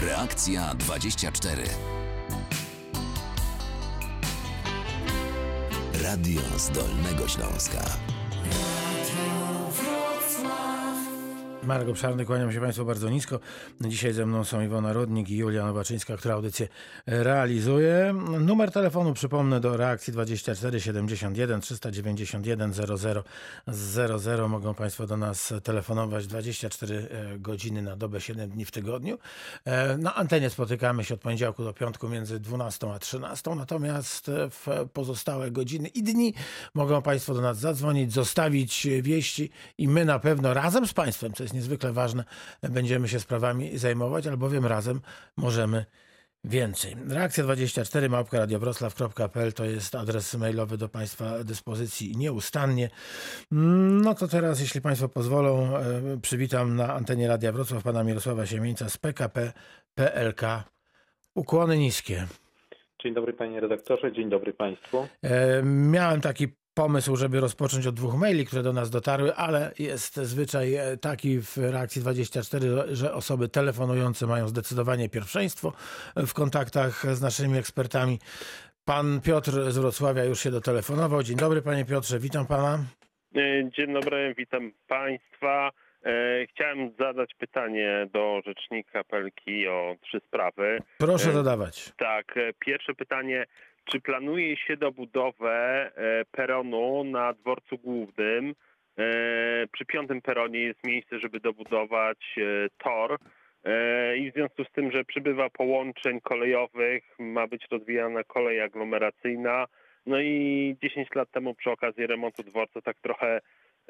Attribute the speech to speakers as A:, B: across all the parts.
A: Reakcja 24. Radio z Dolnego Śląska.
B: Marek Obszarny, kłaniam się Państwu bardzo nisko. Dzisiaj ze mną są Iwona Rodnik i Julia Nowaczyńska, która audycję realizuje. Numer telefonu, przypomnę, do Reakcji 24 71 391 0000. Mogą Państwo do nas telefonować 24 godziny na dobę, 7 dni w tygodniu. Na antenie spotykamy się od poniedziałku do piątku między 12 a 13. Natomiast w pozostałe godziny i dni mogą Państwo do nas zadzwonić, zostawić wieści i my na pewno razem z Państwem, co jest niezwykle ważne, będziemy się sprawami zajmować, albowiem razem możemy więcej. Reakcja 24 @radiowroclaw.pl to jest adres mailowy do Państwa dyspozycji nieustannie. No to teraz, jeśli Państwo pozwolą, przywitam na antenie Radia Wrocław pana Mirosława Siemieńca z PKP PLK. Ukłony niskie.
C: Dzień dobry panie redaktorze, dzień dobry państwu.
B: Miałem taki pomysł, żeby rozpocząć od 2 maili, które do nas dotarły, ale jest zwyczaj taki w Reakcji 24, że osoby telefonujące mają zdecydowanie pierwszeństwo w kontaktach z naszymi ekspertami. Pan Piotr z Wrocławia już się dotelefonował. Dzień dobry panie Piotrze, witam pana.
D: Dzień dobry, witam państwa. Chciałem zadać pytanie do rzecznika Pelki o 3 sprawy.
B: Proszę zadawać.
D: Tak, pierwsze pytanie. Czy planuje się dobudowę peronu na dworcu głównym? Przy 5. peronie jest miejsce, żeby dobudować tor i w związku z tym, że przybywa połączeń kolejowych, ma być rozwijana kolej aglomeracyjna. No i 10 lat temu przy okazji remontu dworca tak trochę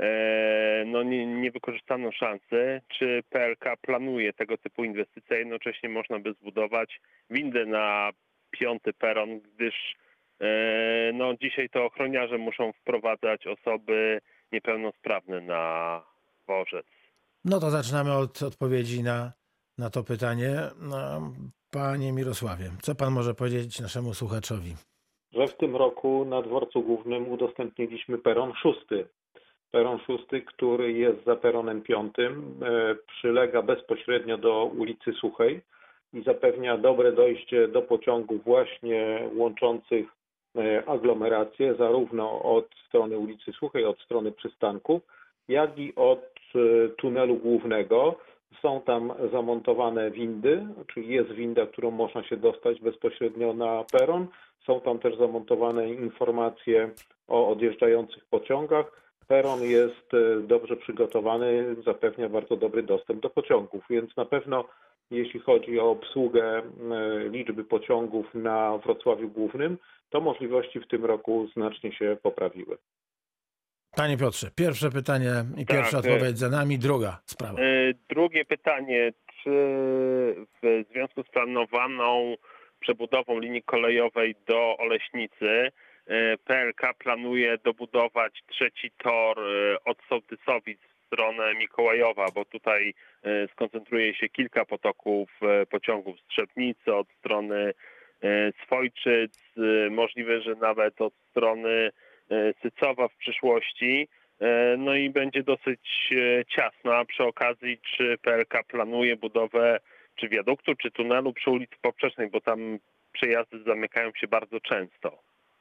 D: nie wykorzystano szansy. Czy PLK planuje tego typu inwestycje? Jednocześnie można by zbudować windę na 5. peron, gdyż dzisiaj to ochroniarze muszą wprowadzać osoby niepełnosprawne na dworzec.
B: No to zaczynamy od odpowiedzi na to pytanie. Panie Mirosławie, co pan może powiedzieć naszemu słuchaczowi?
C: Że w tym roku na dworcu głównym udostępniliśmy peron 6. Peron 6, który jest za peronem 5, przylega bezpośrednio do ulicy Suchej i zapewnia dobre dojście do pociągów właśnie łączących aglomerację zarówno od strony ulicy Suchej, od strony przystanków, jak i od tunelu głównego. Są tam zamontowane windy, czyli jest winda, którą można się dostać bezpośrednio na peron. Są tam też zamontowane informacje o odjeżdżających pociągach. Peron jest dobrze przygotowany, zapewnia bardzo dobry dostęp do pociągów, więc na pewno jeśli chodzi o obsługę liczby pociągów na Wrocławiu Głównym, to możliwości w tym roku znacznie się poprawiły.
B: Panie Piotrze, pierwsze pytanie i pierwsza odpowiedź za nami, druga sprawa.
D: Drugie pytanie, czy w związku z planowaną przebudową linii kolejowej do Oleśnicy PLK planuje dobudować 3. tor od Sołtysowic w stronę Mikołajowa, bo tutaj skoncentruje się kilka potoków pociągów z Trzebnicy, od strony Swojczyc, możliwe, że nawet od strony Sycowa w przyszłości. No i będzie dosyć ciasna. Przy okazji, czy PLK planuje budowę czy wiaduktu, czy tunelu przy ulicy Poprzecznej, bo tam przejazdy zamykają się bardzo często.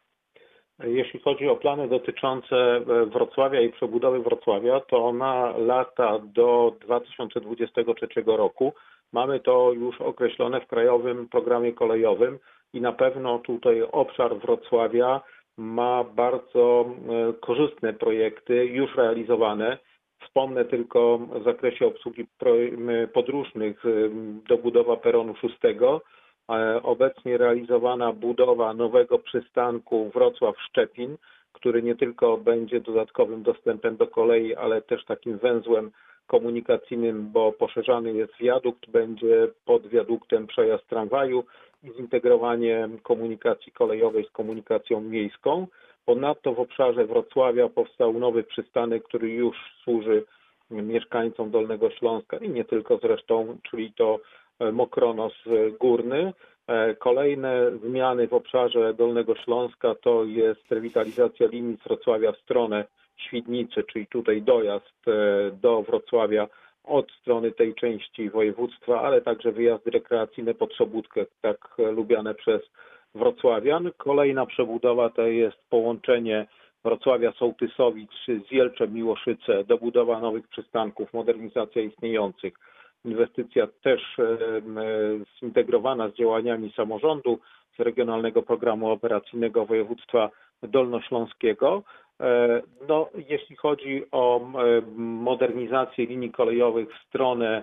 C: Jeśli chodzi o plany dotyczące Wrocławia i przebudowy Wrocławia, to na lata do 2023 roku mamy to już określone w Krajowym Programie Kolejowym i na pewno tutaj obszar Wrocławia ma bardzo korzystne projekty już realizowane. Wspomnę tylko w zakresie obsługi podróżnych dobudowa peronu 6. Obecnie realizowana budowa nowego przystanku Wrocław-Szczepin, który nie tylko będzie dodatkowym dostępem do kolei, ale też takim węzłem komunikacyjnym, bo poszerzany jest wiadukt, będzie pod wiaduktem przejazd tramwaju i zintegrowanie komunikacji kolejowej z komunikacją miejską. Ponadto w obszarze Wrocławia powstał nowy przystanek, który już służy mieszkańcom Dolnego Śląska i nie tylko zresztą, czyli to Mokronos Górny. Kolejne zmiany w obszarze Dolnego Śląska to jest rewitalizacja linii z Wrocławia w stronę Świdnicy, czyli tutaj dojazd do Wrocławia od strony tej części województwa, ale także wyjazdy rekreacyjne pod Sobótkę, tak lubiane przez wrocławian. Kolejna przebudowa to jest połączenie Wrocławia Sołtysowic z Jelczem Miłoszyce, dobudowa nowych przystanków, modernizacja istniejących. Inwestycja też zintegrowana z działaniami samorządu, z Regionalnego Programu Operacyjnego Województwa Dolnośląskiego. No, jeśli chodzi o modernizację linii kolejowych w stronę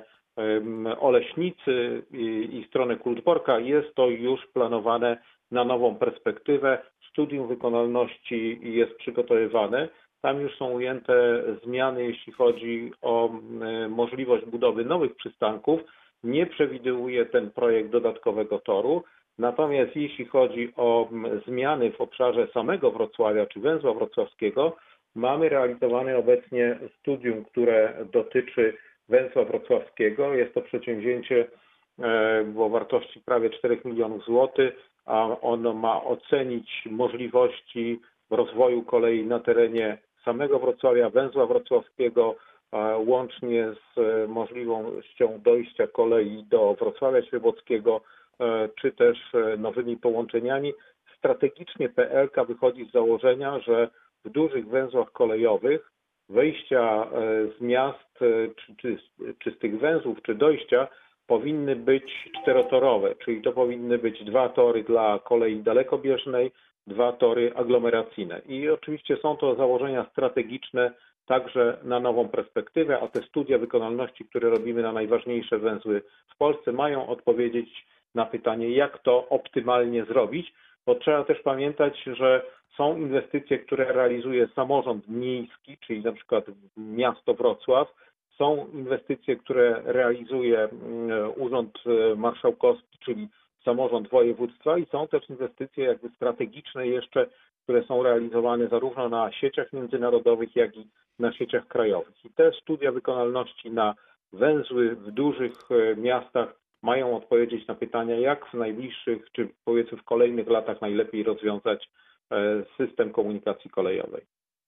C: Oleśnicy i stronę Kultborka, jest to już planowane na nową perspektywę. Studium wykonalności jest przygotowywane. Tam już są ujęte zmiany, jeśli chodzi o możliwość budowy nowych przystanków. Nie przewiduje ten projekt dodatkowego toru. Natomiast jeśli chodzi o zmiany w obszarze samego Wrocławia czy węzła wrocławskiego, mamy realizowane obecnie studium, które dotyczy węzła wrocławskiego. Jest to przedsięwzięcie o wartości prawie 4 milionów złotych, a ono ma ocenić możliwości rozwoju kolei na terenie samego Wrocławia, węzła wrocławskiego, łącznie z możliwością dojścia kolei do Wrocławia Świebockiego, czy też nowymi połączeniami. Strategicznie PLK wychodzi z założenia, że w dużych węzłach kolejowych wejścia z miast, czy z tych węzłów, czy dojścia powinny być czterotorowe, czyli to powinny być 2 tory dla kolei dalekobieżnej, 2 tory aglomeracyjne. I oczywiście są to założenia strategiczne także na nową perspektywę, a te studia wykonalności, które robimy na najważniejsze węzły w Polsce, mają odpowiedzieć na pytanie, jak to optymalnie zrobić, bo trzeba też pamiętać, że są inwestycje, które realizuje samorząd miejski, czyli na przykład miasto Wrocław, są inwestycje, które realizuje Urząd Marszałkowski, czyli samorząd województwa i są też inwestycje jakby strategiczne jeszcze, które są realizowane zarówno na sieciach międzynarodowych, jak i na sieciach krajowych. I te studia wykonalności na węzły w dużych miastach mają odpowiedzieć na pytania, jak w najbliższych, czy powiedzmy w kolejnych latach najlepiej rozwiązać system komunikacji kolejowej.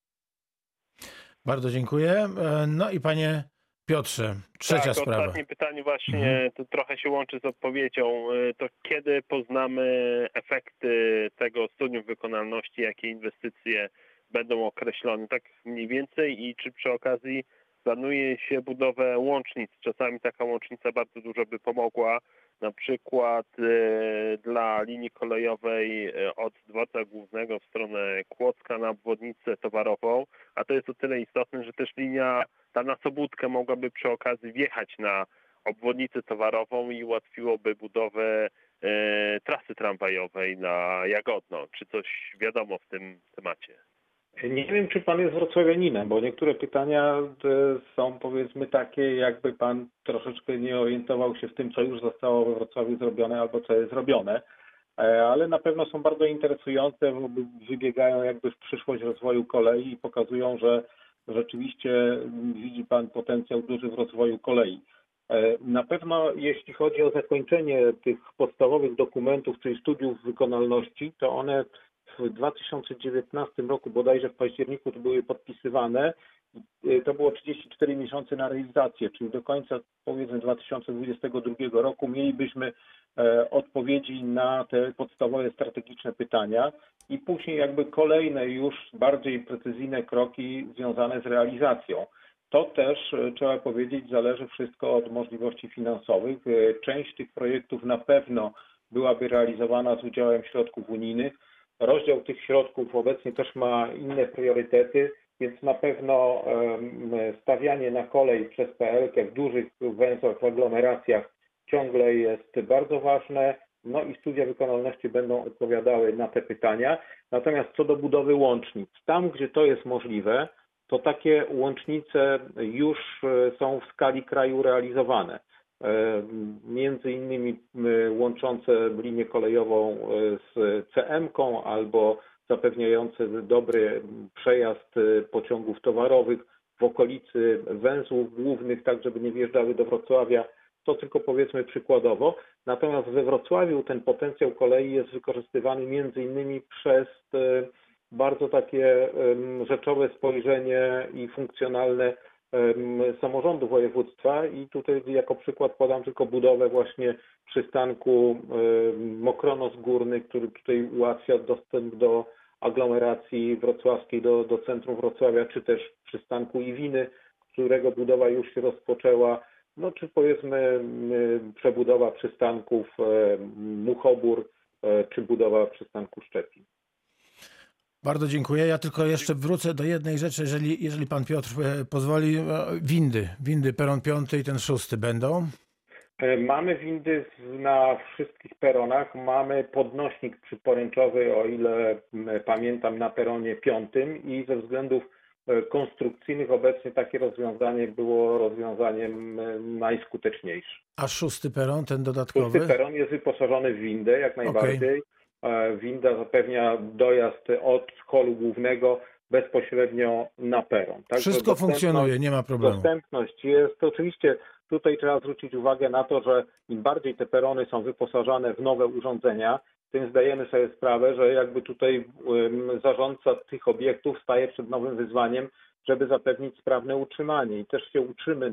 B: Bardzo dziękuję. No i panie Piotrze, trzecia sprawa.
D: Ostatnie pytanie właśnie to trochę się łączy z odpowiedzią. To kiedy poznamy efekty tego studium wykonalności, jakie inwestycje będą określone, tak mniej więcej, i czy przy okazji planuje się budowę łącznic? Czasami taka łącznica bardzo dużo by pomogła, na przykład dla linii kolejowej od dworca głównego w stronę Kłodzka na obwodnicę towarową, a to jest o tyle istotne, że też linia ta na Sobótkę mogłaby przy okazji wjechać na obwodnicę towarową i ułatwiłoby budowę trasy tramwajowej na Jagodno. Czy coś wiadomo w tym temacie?
C: Nie wiem, czy pan jest wrocławianinem, bo niektóre pytania są powiedzmy takie, jakby pan troszeczkę nie orientował się w tym, co już zostało we Wrocławiu zrobione albo co jest zrobione, ale na pewno są bardzo interesujące, bo wybiegają jakby w przyszłość rozwoju kolei i pokazują, że rzeczywiście widzi pan potencjał duży w rozwoju kolei. Na pewno jeśli chodzi o zakończenie tych podstawowych dokumentów, czyli studiów wykonalności, to one w 2019 roku, bodajże w październiku, to były podpisywane. To było 34 miesiące na realizację, czyli do końca powiedzmy 2022 roku mielibyśmy odpowiedzi na te podstawowe strategiczne pytania i później jakby kolejne już bardziej precyzyjne kroki związane z realizacją. To też, trzeba powiedzieć, zależy wszystko od możliwości finansowych. Część tych projektów na pewno byłaby realizowana z udziałem środków unijnych. Rozdział tych środków obecnie też ma inne priorytety, więc na pewno stawianie na kolej przez PLK w dużych węzłach, w aglomeracjach ciągle jest bardzo ważne. No i studia wykonalności będą odpowiadały na te pytania. Natomiast co do budowy łącznic, tam gdzie to jest możliwe, to takie łącznice już są w skali kraju realizowane. Między innymi łączące linię kolejową z CM-ką albo zapewniające dobry przejazd pociągów towarowych w okolicy węzłów głównych, tak żeby nie wjeżdżały do Wrocławia. To tylko powiedzmy przykładowo. Natomiast we Wrocławiu ten potencjał kolei jest wykorzystywany między innymi przez bardzo takie rzeczowe spojrzenie i funkcjonalne samorządu województwa i tutaj jako przykład podam tylko budowę właśnie przystanku Mokronos Górny, który tutaj ułatwia dostęp do aglomeracji wrocławskiej, do centrum Wrocławia, czy też przystanku Iwiny, którego budowa już się rozpoczęła, no czy powiedzmy przebudowa przystanków Muchobór, czy budowa przystanku Szczecin.
B: Bardzo dziękuję. Ja tylko jeszcze wrócę do jednej rzeczy, jeżeli pan Piotr pozwoli. Windy peron 5 i ten 6 będą?
C: Mamy windy na wszystkich peronach. Mamy podnośnik przyporęczowy, o ile pamiętam, na peronie 5 i ze względów konstrukcyjnych obecnie takie rozwiązanie było rozwiązaniem najskuteczniejszym.
B: A 6 peron, ten dodatkowy?
C: 6 peron jest wyposażony w windę jak najbardziej. Winda zapewnia dojazd od holu głównego bezpośrednio na peron. Tak?
B: Wszystko funkcjonuje, nie ma problemu.
C: Dostępność jest. Oczywiście tutaj trzeba zwrócić uwagę na to, że im bardziej te perony są wyposażane w nowe urządzenia, tym zdajemy sobie sprawę, że jakby tutaj zarządca tych obiektów staje przed nowym wyzwaniem, żeby zapewnić sprawne utrzymanie. I też się uczymy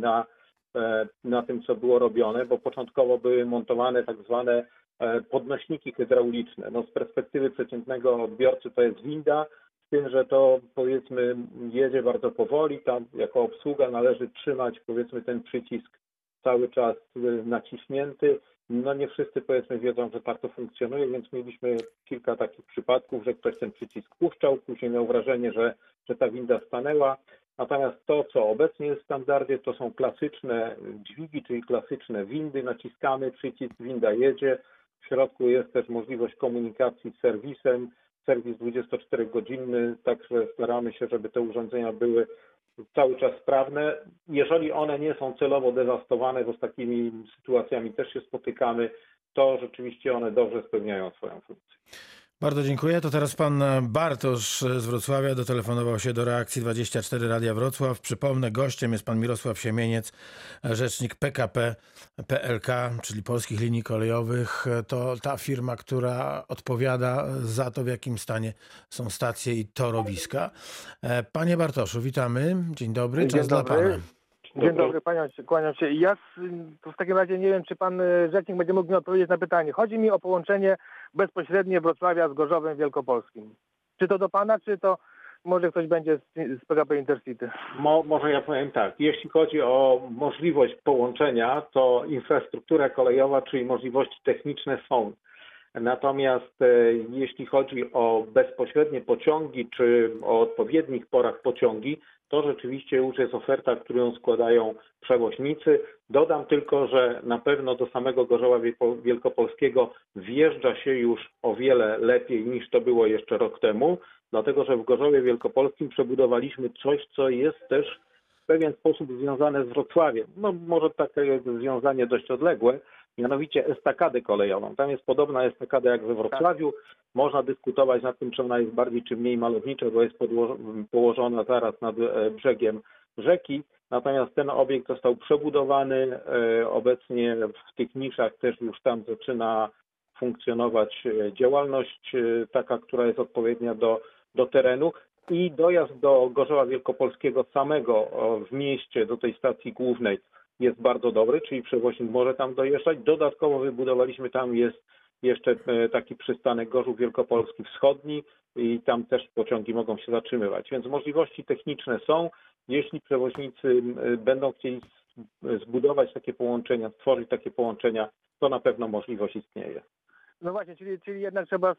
C: na tym, co było robione, bo początkowo były montowane tak zwane podnośniki hydrauliczne. No, z perspektywy przeciętnego odbiorcy to jest winda, z tym, że to powiedzmy jedzie bardzo powoli, tam jako obsługa należy trzymać powiedzmy ten przycisk cały czas naciśnięty. No nie wszyscy powiedzmy wiedzą, że tak to funkcjonuje, więc mieliśmy kilka takich przypadków, że ktoś ten przycisk puszczał, później miał wrażenie, że ta winda stanęła. Natomiast to, co obecnie jest w standardzie, to są klasyczne dźwigi, czyli klasyczne windy. Naciskamy przycisk, winda jedzie. W środku jest też możliwość komunikacji z serwisem. Serwis 24-godzinny, także staramy się, żeby te urządzenia były cały czas sprawne. Jeżeli one nie są celowo dewastowane, bo z takimi sytuacjami też się spotykamy, to rzeczywiście one dobrze spełniają swoją funkcję.
B: Bardzo dziękuję. To teraz pan Bartosz z Wrocławia dotelefonował się do Reakcji 24 Radia Wrocław. Przypomnę, gościem jest pan Mirosław Siemieniec, rzecznik PKP PLK, czyli Polskich Linii Kolejowych. To ta firma, która odpowiada za to, w jakim stanie są stacje i torowiska. Panie Bartoszu, witamy. Dzień dobry. Czas dla pana.
E: Dzień dobry, kłaniam się. Ja w takim razie nie wiem, czy pan rzecznik będzie mógł mi odpowiedzieć na pytanie. Chodzi mi o połączenie bezpośrednie Wrocławia z Gorzowem Wielkopolskim. Czy to do pana, czy to może ktoś będzie z PKP Intercity?
C: Może ja powiem tak. Jeśli chodzi o możliwość połączenia, to infrastruktura kolejowa, czyli możliwości techniczne są. Natomiast jeśli chodzi o bezpośrednie pociągi, czy o odpowiednich porach pociągi, to rzeczywiście już jest oferta, którą składają przewoźnicy. Dodam tylko, że na pewno do samego Gorzowa Wielkopolskiego wjeżdża się już o wiele lepiej niż to było jeszcze rok temu, dlatego że w Gorzowie Wielkopolskim przebudowaliśmy coś, co jest też w pewien sposób związane z Wrocławiem. No może takie związanie dość odległe, mianowicie estakadę kolejową. Tam jest podobna estakada jak we Wrocławiu. Można dyskutować nad tym, czy ona jest bardziej czy mniej malownicza, bo jest położona zaraz nad brzegiem rzeki. Natomiast ten obiekt został przebudowany. Obecnie w tych niszach też już tam zaczyna funkcjonować działalność taka, która jest odpowiednia do terenu. I dojazd do Gorzowa Wielkopolskiego samego w mieście, do tej stacji głównej jest bardzo dobry, czyli przewoźnik może tam dojeżdżać. Dodatkowo wybudowaliśmy tam jest jeszcze taki przystanek Gorzów Wielkopolski Wschodni i tam też pociągi mogą się zatrzymywać. Więc możliwości techniczne są. Jeśli przewoźnicy będą chcieli zbudować takie połączenia, stworzyć takie połączenia, to na pewno możliwość istnieje.
E: No właśnie, czyli jednak trzeba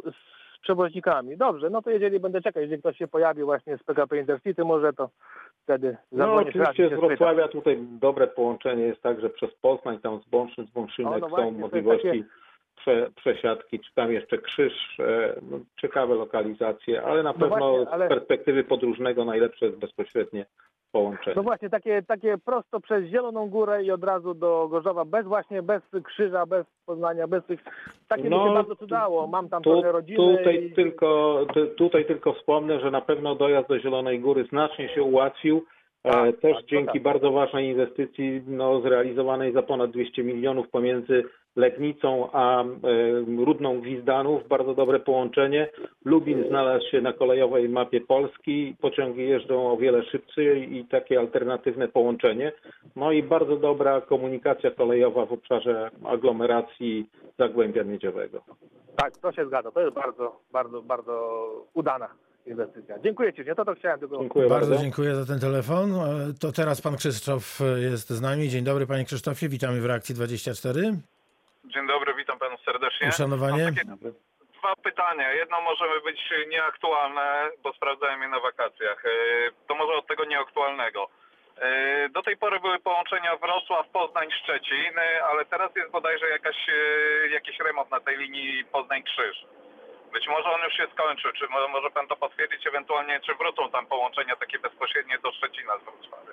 E: z przewoźnikami. Dobrze, no to jeżeli będę czekać, jeżeli ktoś się pojawi właśnie z PKP Intercity, może to wtedy
C: no oczywiście z Wrocławia tutaj dobre połączenie jest także przez Poznań, tam z Bąszynek są możliwości przesiadki, czy tam jeszcze Krzyż, no, ciekawe lokalizacje, ale na pewno z perspektywy podróżnego najlepsze jest bezpośrednie połączenie.
E: No właśnie, takie prosto przez Zieloną Górę i od razu do Gorzowa, bez Krzyża, bez Poznania, bez tych, takie by się bardzo przydało. Mam tam trochę rodziny.
C: Tutaj tylko wspomnę, że na pewno dojazd do Zielonej Góry znacznie się ułatwił Też
E: tak, to
C: dzięki
E: tak.
C: bardzo ważnej inwestycji zrealizowanej za ponad 200 milionów pomiędzy Legnicą a Rudną Gwizdanów. Bardzo dobre połączenie. Lubin znalazł się na kolejowej mapie Polski. Pociągi jeżdżą o wiele szybciej i takie alternatywne połączenie. No i bardzo dobra komunikacja kolejowa w obszarze aglomeracji Zagłębia Miedziowego.
E: Tak, to się zgadza. To jest bardzo, bardzo, bardzo udana inwestycja. Dziękuję Ci. To chciałem tylko...
C: Dziękuję
B: Bardzo
C: bardzo.
B: dziękuję za ten telefon. To teraz pan Krzysztof jest z nami. Dzień dobry, panie Krzysztofie. Witamy w Reakcji 24.
F: Dzień dobry, witam panu serdecznie.
B: Uszanowanie.
F: Mam takie dwa pytania. Jedno może być nieaktualne, bo sprawdzałem je na wakacjach. To może od tego nieaktualnego. Do tej pory były połączenia Wrocław, Poznań, Szczecin, ale teraz jest bodajże jakiś remont na tej linii Poznań-Krzyż. Być może on już się skończył. Czy może pan to potwierdzić? Ewentualnie czy wrócą tam połączenia takie bezpośrednie do Szczecina z Wrocławia?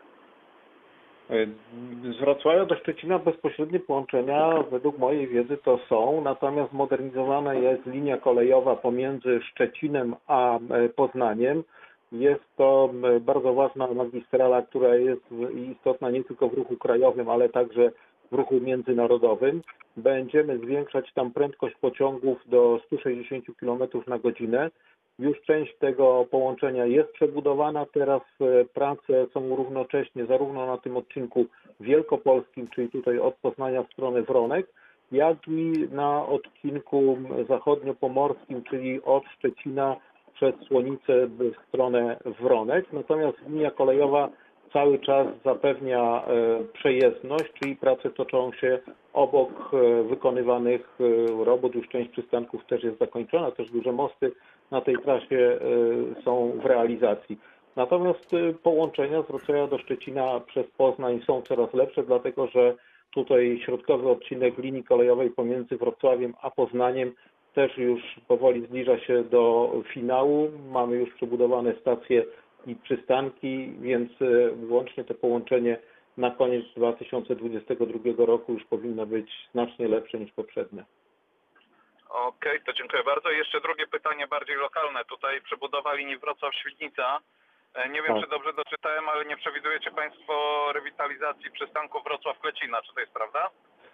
C: Z Wrocławia do Szczecina bezpośrednie połączenia według mojej wiedzy to są, natomiast modernizowana jest linia kolejowa pomiędzy Szczecinem a Poznaniem. Jest to bardzo ważna magistrala, która jest istotna nie tylko w ruchu krajowym, ale także w ruchu międzynarodowym. Będziemy zwiększać tam prędkość pociągów do 160 km na godzinę. Już część tego połączenia jest przebudowana. Teraz prace są równocześnie zarówno na tym odcinku wielkopolskim, czyli tutaj od Poznania w stronę Wronek, jak i na odcinku zachodniopomorskim, czyli od Szczecina przez Słonicę w stronę Wronek. Natomiast linia kolejowa cały czas zapewnia przejezdność, czyli prace toczą się obok wykonywanych robót. Już część przystanków też jest zakończona, też duże mosty na tej trasie są w realizacji. Natomiast połączenia z Wrocławia do Szczecina przez Poznań są coraz lepsze, dlatego że tutaj środkowy odcinek linii kolejowej pomiędzy Wrocławiem a Poznaniem też już powoli zbliża się do finału. Mamy już przebudowane stacje i przystanki, więc łącznie to połączenie na koniec 2022 roku już powinno być znacznie lepsze niż poprzednie.
F: Okej, to dziękuję bardzo. I jeszcze drugie pytanie, bardziej lokalne. Tutaj przebudowa linii Wrocław-Świdnica. Nie wiem,
C: Tak.
F: czy dobrze doczytałem, ale nie przewidujecie państwo rewitalizacji przystanku Wrocław-Klecina. Czy to jest prawda?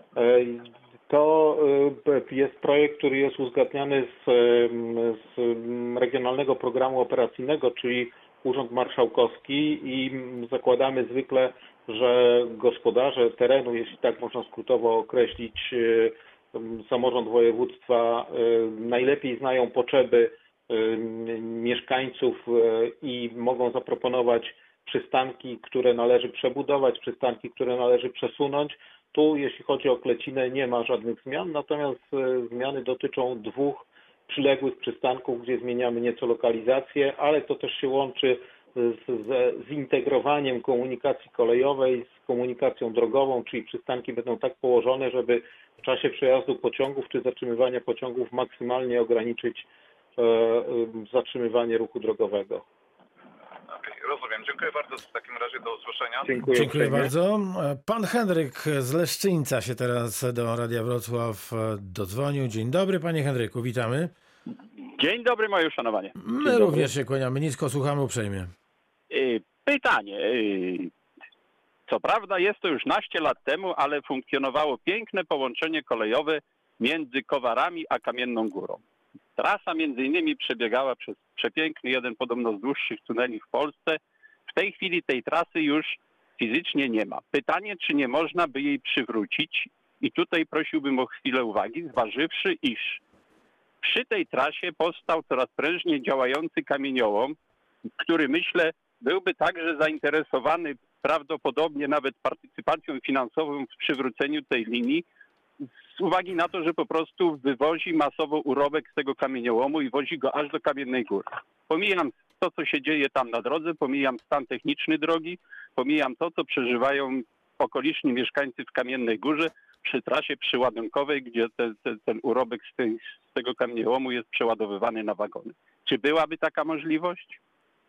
C: To jest projekt, który jest uzgadniany z Regionalnego Programu Operacyjnego, czyli Urząd Marszałkowski, i zakładamy zwykle, że gospodarze terenu, jeśli tak można skrótowo określić, samorząd województwa, najlepiej znają potrzeby mieszkańców i mogą zaproponować przystanki, które należy przebudować, przystanki, które należy przesunąć. Tu, jeśli chodzi o Klecinę, nie ma żadnych zmian, natomiast zmiany dotyczą dwóch przyległych przystanków, gdzie zmieniamy nieco lokalizację, ale to też się łączy z zintegrowaniem komunikacji kolejowej z komunikacją drogową, czyli przystanki będą tak położone, żeby w czasie przejazdu pociągów czy zatrzymywania pociągów maksymalnie ograniczyć zatrzymywanie ruchu drogowego.
F: Okej, rozumiem. Dziękuję bardzo. W takim razie do usłyszenia.
B: Dziękuję
C: uprzejmie.
B: bardzo. Pan Henryk z Leszczyńca się teraz do Radia Wrocław dodzwonił. Dzień dobry, panie Henryku, witamy.
G: Dzień dobry, moje uszanowanie.
B: My również się kłaniamy nisko, słuchamy uprzejmie.
G: Pytanie. Co prawda jest to już naście lat temu, ale funkcjonowało piękne połączenie kolejowe między Kowarami a Kamienną Górą. Trasa między innymi przebiegała przez przepiękny, jeden podobno z dłuższych tuneli w Polsce. W tej chwili tej trasy już fizycznie nie ma. Pytanie, czy nie można by jej przywrócić? I tutaj prosiłbym o chwilę uwagi, zważywszy, iż przy tej trasie powstał coraz prężniej działający kamieniołom, który, myślę, byłby także zainteresowany prawdopodobnie nawet partycypacją finansową w przywróceniu tej linii, z uwagi na to, że po prostu wywozi masowo urobek z tego kamieniołomu i wozi go aż do Kamiennej Góry. Pomijam to, co się dzieje tam na drodze, pomijam stan techniczny drogi, pomijam to, co przeżywają okoliczni mieszkańcy w Kamiennej Górze przy trasie przyładunkowej, gdzie ten urobek z tego kamieniołomu jest przeładowywany na wagony. Czy byłaby taka możliwość?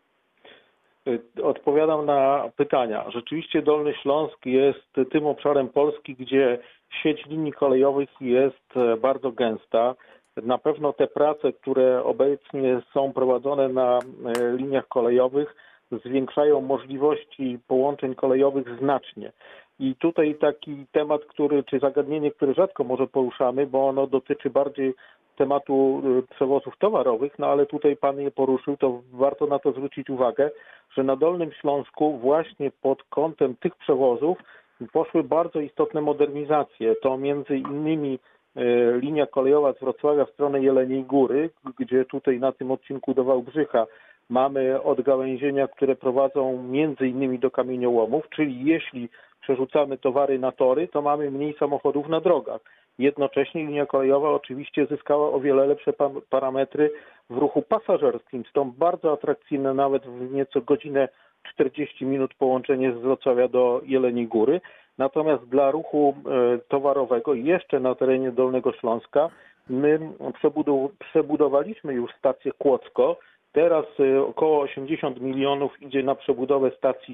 C: Odpowiadam na pytania. Rzeczywiście Dolny Śląsk jest tym obszarem Polski, gdzie sieć linii kolejowych jest bardzo gęsta. Na pewno te prace, które obecnie są prowadzone na liniach kolejowych, zwiększają możliwości połączeń kolejowych znacznie. I tutaj taki temat, czy zagadnienie, które rzadko może poruszamy, bo ono dotyczy bardziej tematu przewozów towarowych, no ale tutaj Pan je poruszył, to warto na to zwrócić uwagę, że na Dolnym Śląsku właśnie pod kątem tych przewozów poszły bardzo istotne modernizacje. To między innymi linia kolejowa z Wrocławia w stronę Jeleniej Góry, gdzie tutaj na tym odcinku do Wałbrzycha mamy odgałęzienia, które prowadzą między innymi do kamieniołomów, czyli jeśli przerzucamy towary na tory, to mamy mniej samochodów na drogach. Jednocześnie linia kolejowa oczywiście zyskała o wiele lepsze parametry w ruchu pasażerskim, stąd bardzo atrakcyjne nawet w nieco godzinę 40 minut połączenie z Wrocławia do Jeleniej Góry. Natomiast dla ruchu towarowego jeszcze na terenie Dolnego Śląska my przebudowaliśmy już stację Kłodzko. Teraz około 80 milionów idzie na przebudowę stacji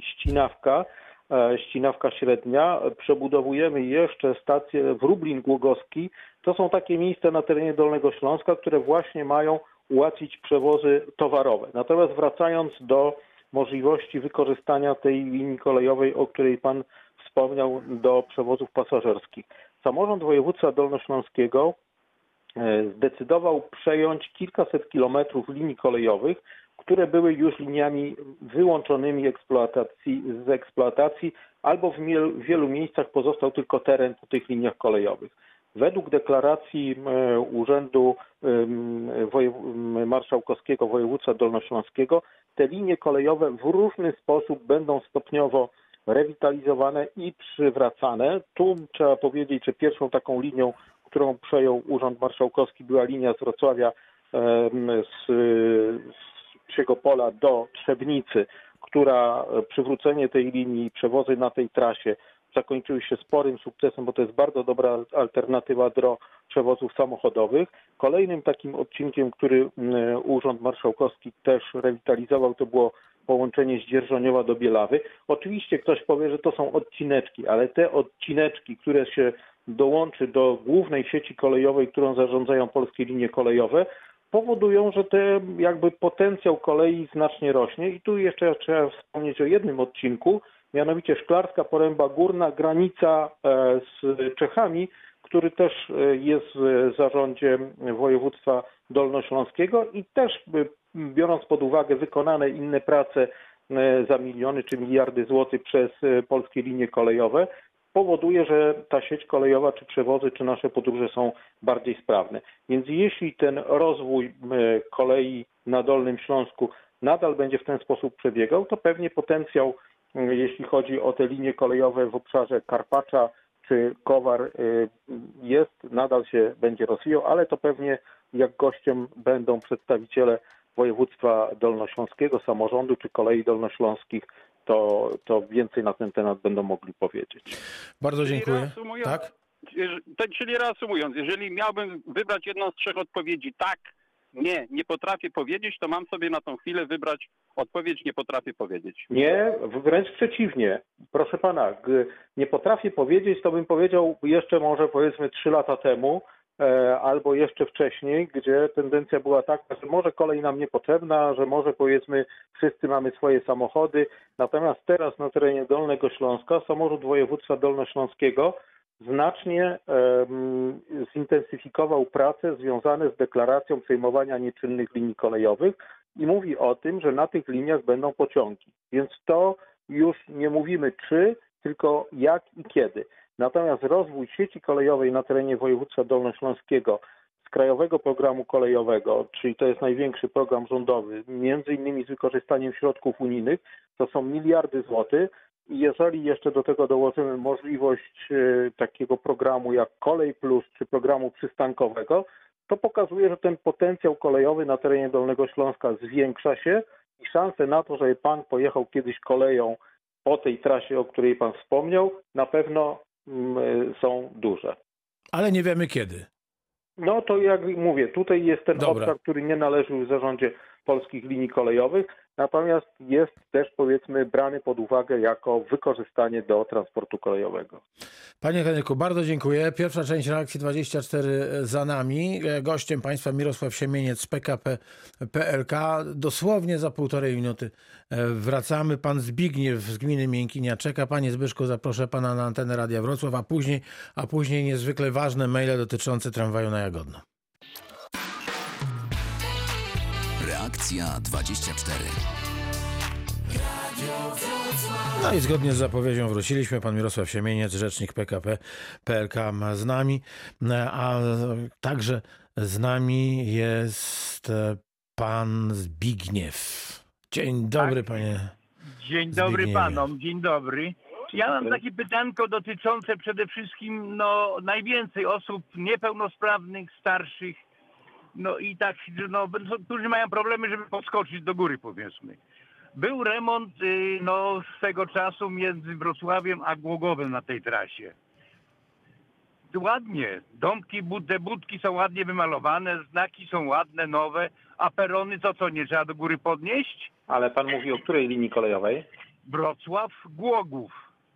C: Ścinawka Średnia. Przebudowujemy jeszcze stację Wróblin Głogowski. To są takie miejsca na terenie Dolnego Śląska, które właśnie mają ułatwić przewozy towarowe. Natomiast wracając do możliwości wykorzystania tej linii kolejowej, o której Pan wspomniał, do przewozów pasażerskich. Samorząd województwa dolnośląskiego zdecydował przejąć kilkaset kilometrów linii kolejowych, które były już liniami wyłączonymi z eksploatacji albo w wielu miejscach pozostał tylko teren po tych liniach kolejowych. Według deklaracji Urzędu Marszałkowskiego Województwa Dolnośląskiego te linie kolejowe w różny sposób będą stopniowo rewitalizowane i przywracane. Tu trzeba powiedzieć, że pierwszą taką linią, którą przejął Urząd Marszałkowski, była linia z Wrocławia z Psiego Pola do Trzebnicy, która przywrócenie tej linii i przewozy na tej trasie zakończyły się sporym sukcesem, bo to jest bardzo dobra alternatywa do przewozów samochodowych. Kolejnym takim odcinkiem, który Urząd Marszałkowski też rewitalizował, to było połączenie z Dzierżoniowa do Bielawy. Oczywiście ktoś powie, że to są odcineczki, ale te odcineczki, które się dołączy do głównej sieci kolejowej, którą zarządzają Polskie Linie Kolejowe, powodują, że jakby potencjał kolei znacznie rośnie. I tu jeszcze trzeba wspomnieć o jednym odcinku, mianowicie Szklarska Poręba Górna, granica z Czechami, który też jest w zarządzie województwa dolnośląskiego i też, biorąc pod uwagę wykonane inne prace za miliony czy miliardy złotych przez Polskie Linie Kolejowe, powoduje, że ta sieć kolejowa, czy przewozy, czy nasze podróże są bardziej sprawne. Więc jeśli ten rozwój kolei na Dolnym Śląsku nadal będzie w ten sposób przebiegał, to pewnie potencjał, jeśli chodzi o te linie kolejowe w obszarze Karpacza czy Kowar nadal się będzie rozwijał, ale to pewnie jak gościem będą przedstawiciele województwa dolnośląskiego, samorządu czy kolei dolnośląskich, to więcej na ten temat będą mogli powiedzieć.
B: Bardzo dziękuję. Tak?
G: Czyli reasumując, jeżeli miałbym wybrać jedną z trzech odpowiedzi, tak, nie potrafię powiedzieć, to mam sobie na tą chwilę wybrać odpowiedź nie potrafię powiedzieć.
C: Nie, wręcz przeciwnie. Proszę Pana, nie potrafię powiedzieć, to bym powiedział jeszcze może powiedzmy 3 lata temu, albo jeszcze wcześniej, gdzie tendencja była taka, że może kolej nam niepotrzebna, że może powiedzmy wszyscy mamy swoje samochody. Natomiast teraz na terenie Dolnego Śląska samorząd województwa dolnośląskiego znacznie zintensyfikował prace związane z deklaracją przejmowania nieczynnych linii kolejowych i mówi o tym, że na tych liniach będą pociągi. Więc to już nie mówimy czy, tylko jak i kiedy. Natomiast rozwój sieci kolejowej na terenie województwa dolnośląskiego z Krajowego Programu Kolejowego, czyli to jest największy program rządowy, między innymi z wykorzystaniem środków unijnych, to są miliardy złotych. I jeżeli jeszcze do tego dołożymy możliwość takiego programu jak Kolej Plus czy programu przystankowego, to pokazuje, że ten potencjał kolejowy na terenie Dolnego Śląska zwiększa się i szanse na to, żeby Pan pojechał kiedyś koleją po tej trasie, o której Pan wspomniał, na pewno są duże.
B: Ale nie wiemy kiedy.
C: No to jak mówię, tutaj jest ten obszar, który nie należy w zarządzie Polskich Linii Kolejowych. Natomiast jest też, powiedzmy, brany pod uwagę jako wykorzystanie do transportu kolejowego.
B: Panie Henryku, bardzo dziękuję. Pierwsza część Reakcji 24 za nami. Gościem państwa Mirosław Siemieniec z PKP PLK. Dosłownie za 1,5 minuty wracamy. Pan Zbigniew z gminy Miękinia czeka. Panie Zbyszku, zaproszę pana na antenę Radia Wrocław, a później niezwykle ważne maile dotyczące tramwaju na Jagodno.
A: Reakcja 24.
B: No i zgodnie z zapowiedzią wróciliśmy. Pan Mirosław Siemieniec, rzecznik PKP PLK z nami, a także z nami jest pan Zbigniew. Dzień dobry, panie.
H: Dzień dobry
B: Zbigniewie.
H: panom, dzień dobry. Ja mam takie pytanko dotyczące przede wszystkim najwięcej osób niepełnosprawnych, starszych, i tak, którzy mają problemy, żeby podskoczyć do góry, powiedzmy. Był remont swego czasu między Wrocławiem a Głogowem na tej trasie. Ładnie, domki, te budki są ładnie wymalowane, znaki są ładne, nowe, a perony to co, nie trzeba do góry podnieść?
C: Ale pan mówi o której linii kolejowej?
H: Wrocław, Głogów.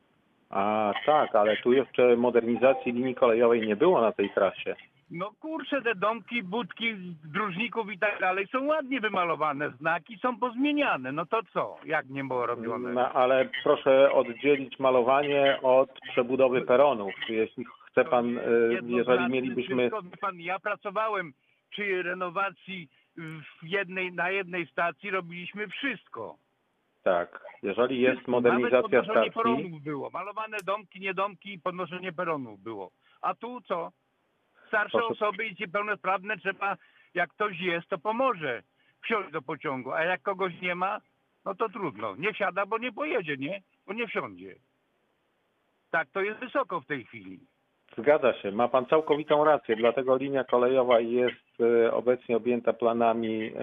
C: A tak, ale tu jeszcze modernizacji linii kolejowej nie było na tej trasie.
H: No kurczę, te domki, budki, dróżników i tak dalej są ładnie wymalowane, znaki są pozmieniane. No to co? Jak nie było robione?
C: No, ale proszę oddzielić malowanie od przebudowy peronów. Jeśli chce pan, jeżeli mielibyśmy...
H: Ja pracowałem przy renowacji na jednej stacji, robiliśmy wszystko.
C: Tak, jeżeli jest modernizacja
H: Nawet podnoszenie
C: stacji...
H: peronów było. Malowane domki, nie domki, podnoszenie peronów było. A tu co? Starsze osoby i niepełnosprawne trzeba, jak ktoś jest, to pomoże wsiąść do pociągu, a jak kogoś nie ma, no to trudno. Nie wsiada, bo nie pojedzie, nie? Bo nie wsiądzie. Tak, to jest wysoko w tej chwili.
C: Zgadza się, ma pan całkowitą rację, dlatego linia kolejowa jest obecnie objęta planami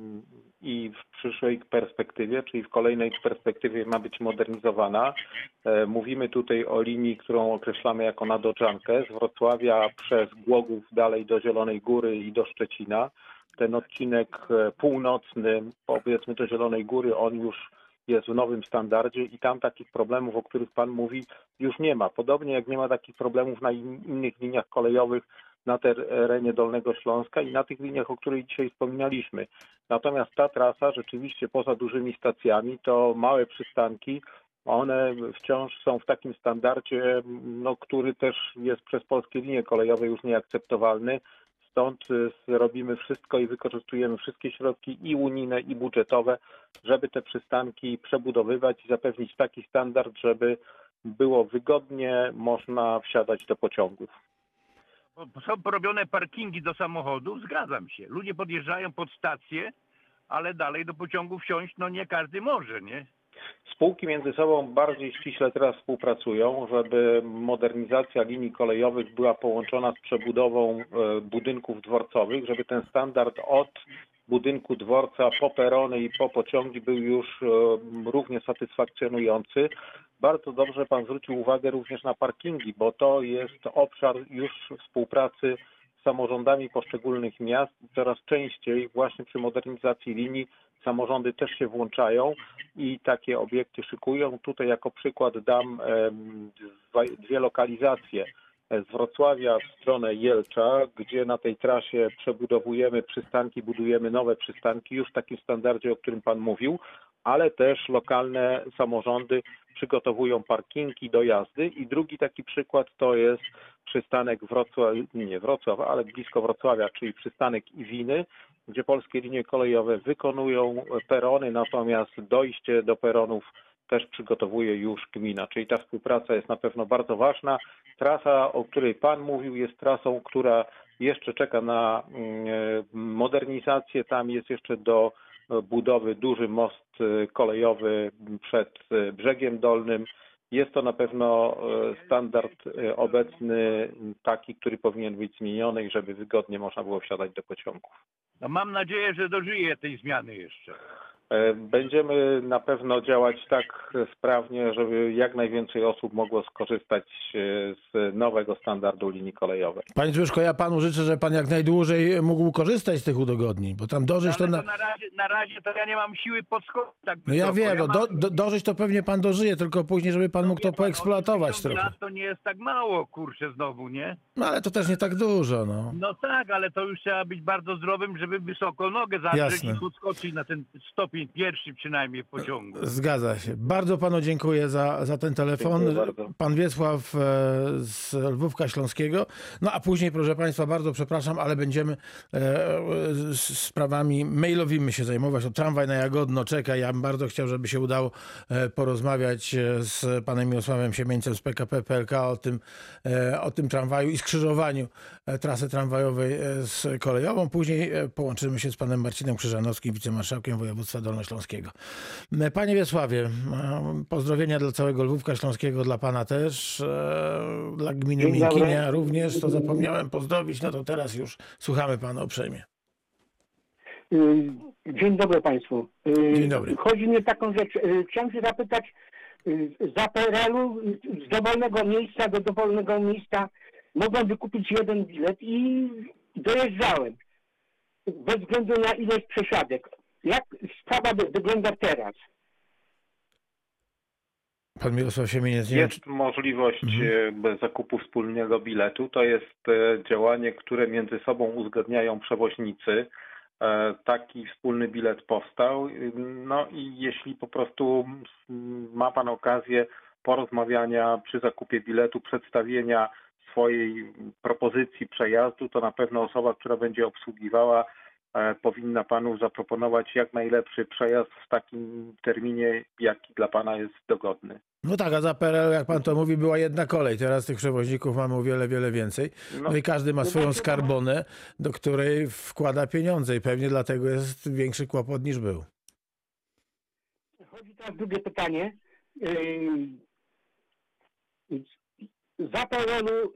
C: i w przyszłej perspektywie, czyli w kolejnej perspektywie ma być modernizowana. Mówimy tutaj o linii, którą określamy jako nadodrzankę z Wrocławia przez Głogów dalej do Zielonej Góry i do Szczecina. Ten odcinek północny, powiedzmy do Zielonej Góry, on już jest w nowym standardzie i tam takich problemów, o których pan mówi, już nie ma. Podobnie jak nie ma takich problemów na innych liniach kolejowych na terenie Dolnego Śląska i na tych liniach, o których dzisiaj wspominaliśmy. Natomiast ta trasa rzeczywiście poza dużymi stacjami to małe przystanki, one wciąż są w takim standardzie, który też jest przez polskie linie kolejowe już nieakceptowalny. Stąd robimy wszystko i wykorzystujemy wszystkie środki i unijne, i budżetowe, żeby te przystanki przebudowywać i zapewnić taki standard, żeby było wygodnie można wsiadać do pociągów.
H: Są porobione parkingi do samochodów, zgadzam się. Ludzie podjeżdżają pod stację, ale dalej do pociągu wsiąść, nie każdy może, nie?
C: Spółki między sobą bardziej ściśle teraz współpracują, żeby modernizacja linii kolejowych była połączona z przebudową budynków dworcowych, żeby ten standard od budynku dworca po perony i po pociągi był już równie satysfakcjonujący. Bardzo dobrze pan zwrócił uwagę również na parkingi, bo to jest obszar już współpracy z samorządami poszczególnych miast. Coraz częściej właśnie przy modernizacji linii samorządy też się włączają i takie obiekty szykują. Tutaj jako przykład dam dwie lokalizacje. Z Wrocławia w stronę Jelcza, gdzie na tej trasie przebudowujemy przystanki, budujemy nowe przystanki już w takim standardzie, o którym pan mówił, ale też lokalne samorządy przygotowują parkingi do jazdy. I drugi taki przykład to jest przystanek Wrocław, ale blisko Wrocławia, czyli przystanek Iwiny, gdzie polskie linie kolejowe wykonują perony, natomiast dojście do peronów też przygotowuje już gmina, czyli ta współpraca jest na pewno bardzo ważna. Trasa, o której pan mówił, jest trasą, która jeszcze czeka na modernizację. Tam jest jeszcze do budowy duży most kolejowy przed Brzegiem Dolnym. Jest to na pewno standard obecny taki, który powinien być zmieniony i żeby wygodnie można było wsiadać do pociągów.
H: Mam nadzieję, że dożyję tej zmiany jeszcze.
C: Będziemy na pewno działać tak sprawnie, żeby jak najwięcej osób mogło skorzystać z nowego standardu linii kolejowej.
B: Panie Zbyszko, ja panu życzę, że pan jak najdłużej mógł korzystać z tych udogodnień, bo tam dożyć to...
H: Ale to na razie to ja nie mam siły podskoczyć tak
B: No ja
H: wysoko.
B: wiem, dożyć to pewnie pan dożyje, tylko później, żeby pan mógł to poeksploatować
H: 80
B: trochę.
H: lat to nie jest tak mało, kurczę, znowu, nie?
B: No ale to też nie tak dużo, no.
H: No tak, ale to już trzeba być bardzo zdrowym, żeby wysoko nogę zadrzeć
B: Jasne.
H: i podskoczyć na ten stopień pierwszy przynajmniej w pociągu.
B: Zgadza się. Bardzo panu dziękuję za ten telefon.
C: Dziękuję bardzo.
B: Pan Wiesław z Lwówka Śląskiego. No a później, proszę państwa, bardzo przepraszam, ale będziemy sprawami mailowymi się zajmować. O tramwaj na Jagodno czeka. Ja bym bardzo chciał, żeby się udało porozmawiać z panem Mirosławem Siemieńcem z PKP PLK o tym tramwaju i skrzyżowaniu trasy tramwajowej z kolejową. Później połączymy się z panem Marcinem Krzyżanowskim, wicemarszałkiem województwa dolnośląskiego. Panie Wiesławie, pozdrowienia dla całego Lwówka Śląskiego, dla pana też, dla gminy
I: Dzień dobry.
B: Miękinia również, to zapomniałem pozdrowić, no to teraz już słuchamy pana uprzejmie.
I: Dzień dobry Państwu.
B: Dzień dobry.
I: Chodzi mi o taką rzecz. Chciałem się zapytać, za PRL-u z dowolnego miejsca do dowolnego miejsca mogłem wykupić jeden bilet i dojeżdżałem. Bez względu na ilość przesiadek. Jak sprawa wygląda teraz?
B: Pan Mirosław Siemieniec, nie wiem,
C: Jest możliwość zakupu wspólnego biletu. To jest działanie, które między sobą uzgadniają przewoźnicy. Taki wspólny bilet powstał. No i jeśli po prostu ma pan okazję porozmawiania przy zakupie biletu, przedstawienia swojej propozycji przejazdu, to na pewno osoba, która będzie obsługiwała, powinna panu zaproponować jak najlepszy przejazd w takim terminie, jaki dla pana jest dogodny.
B: no tak, a za PRL, jak pan to mówi, była jedna kolej. Teraz tych przewoźników mamy o wiele, wiele więcej. No i każdy ma swoją skarbonę, do której wkłada pieniądze i pewnie dlatego jest większy kłopot niż był.
I: Chodzi teraz drugie pytanie. Za PRL-u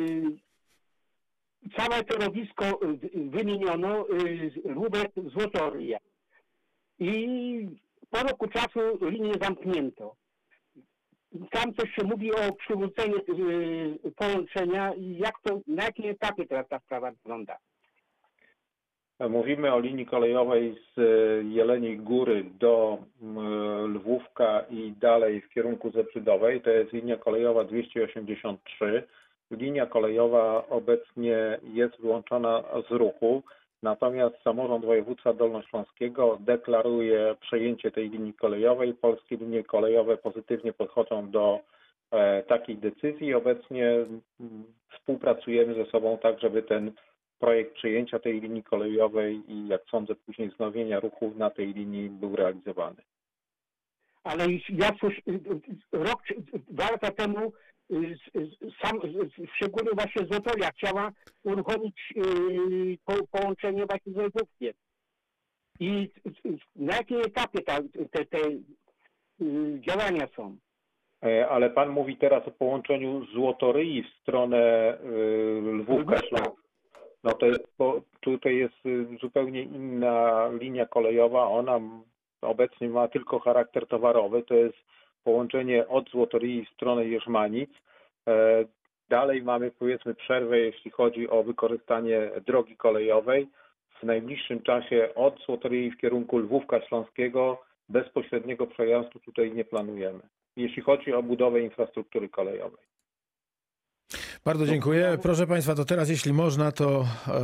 I: całe torowisko wymieniono Lwówek Złotoria. I po roku czasu linię zamknięto. Tam coś się mówi o przywróceniu połączenia. Na jakim etapie teraz ta sprawa wygląda?
C: Mówimy o linii kolejowej z Jeleniej Góry do Lwówka i dalej w kierunku Zebrzydowej. To jest linia kolejowa 283. Linia kolejowa obecnie jest wyłączona z ruchu, natomiast samorząd województwa dolnośląskiego deklaruje przejęcie tej linii kolejowej. Polskie linie kolejowe pozytywnie podchodzą do takiej decyzji. Obecnie współpracujemy ze sobą tak, żeby ten projekt przejęcia tej linii kolejowej i jak sądzę później wznowienia ruchu na tej linii był realizowany.
I: Ale ja rok czy 2 lata temu szczególnie właśnie Złotoria chciała uruchomić połączenie właśnie z Lwówkiem. I na jakim etapie te działania są?
C: Ale pan mówi teraz o połączeniu Złotoryi w stronę Lwówka. No to jest, bo tutaj jest zupełnie inna linia kolejowa. Ona obecnie ma tylko charakter towarowy. To jest połączenie od Złotoryi w stronę Jerzmanic. Dalej mamy powiedzmy przerwę, jeśli chodzi o wykorzystanie drogi kolejowej. W najbliższym czasie od Złotoryi w kierunku Lwówka Śląskiego bezpośredniego przejazdu tutaj nie planujemy, jeśli chodzi o budowę infrastruktury kolejowej.
B: Bardzo dziękuję. Proszę państwa, to teraz jeśli można, to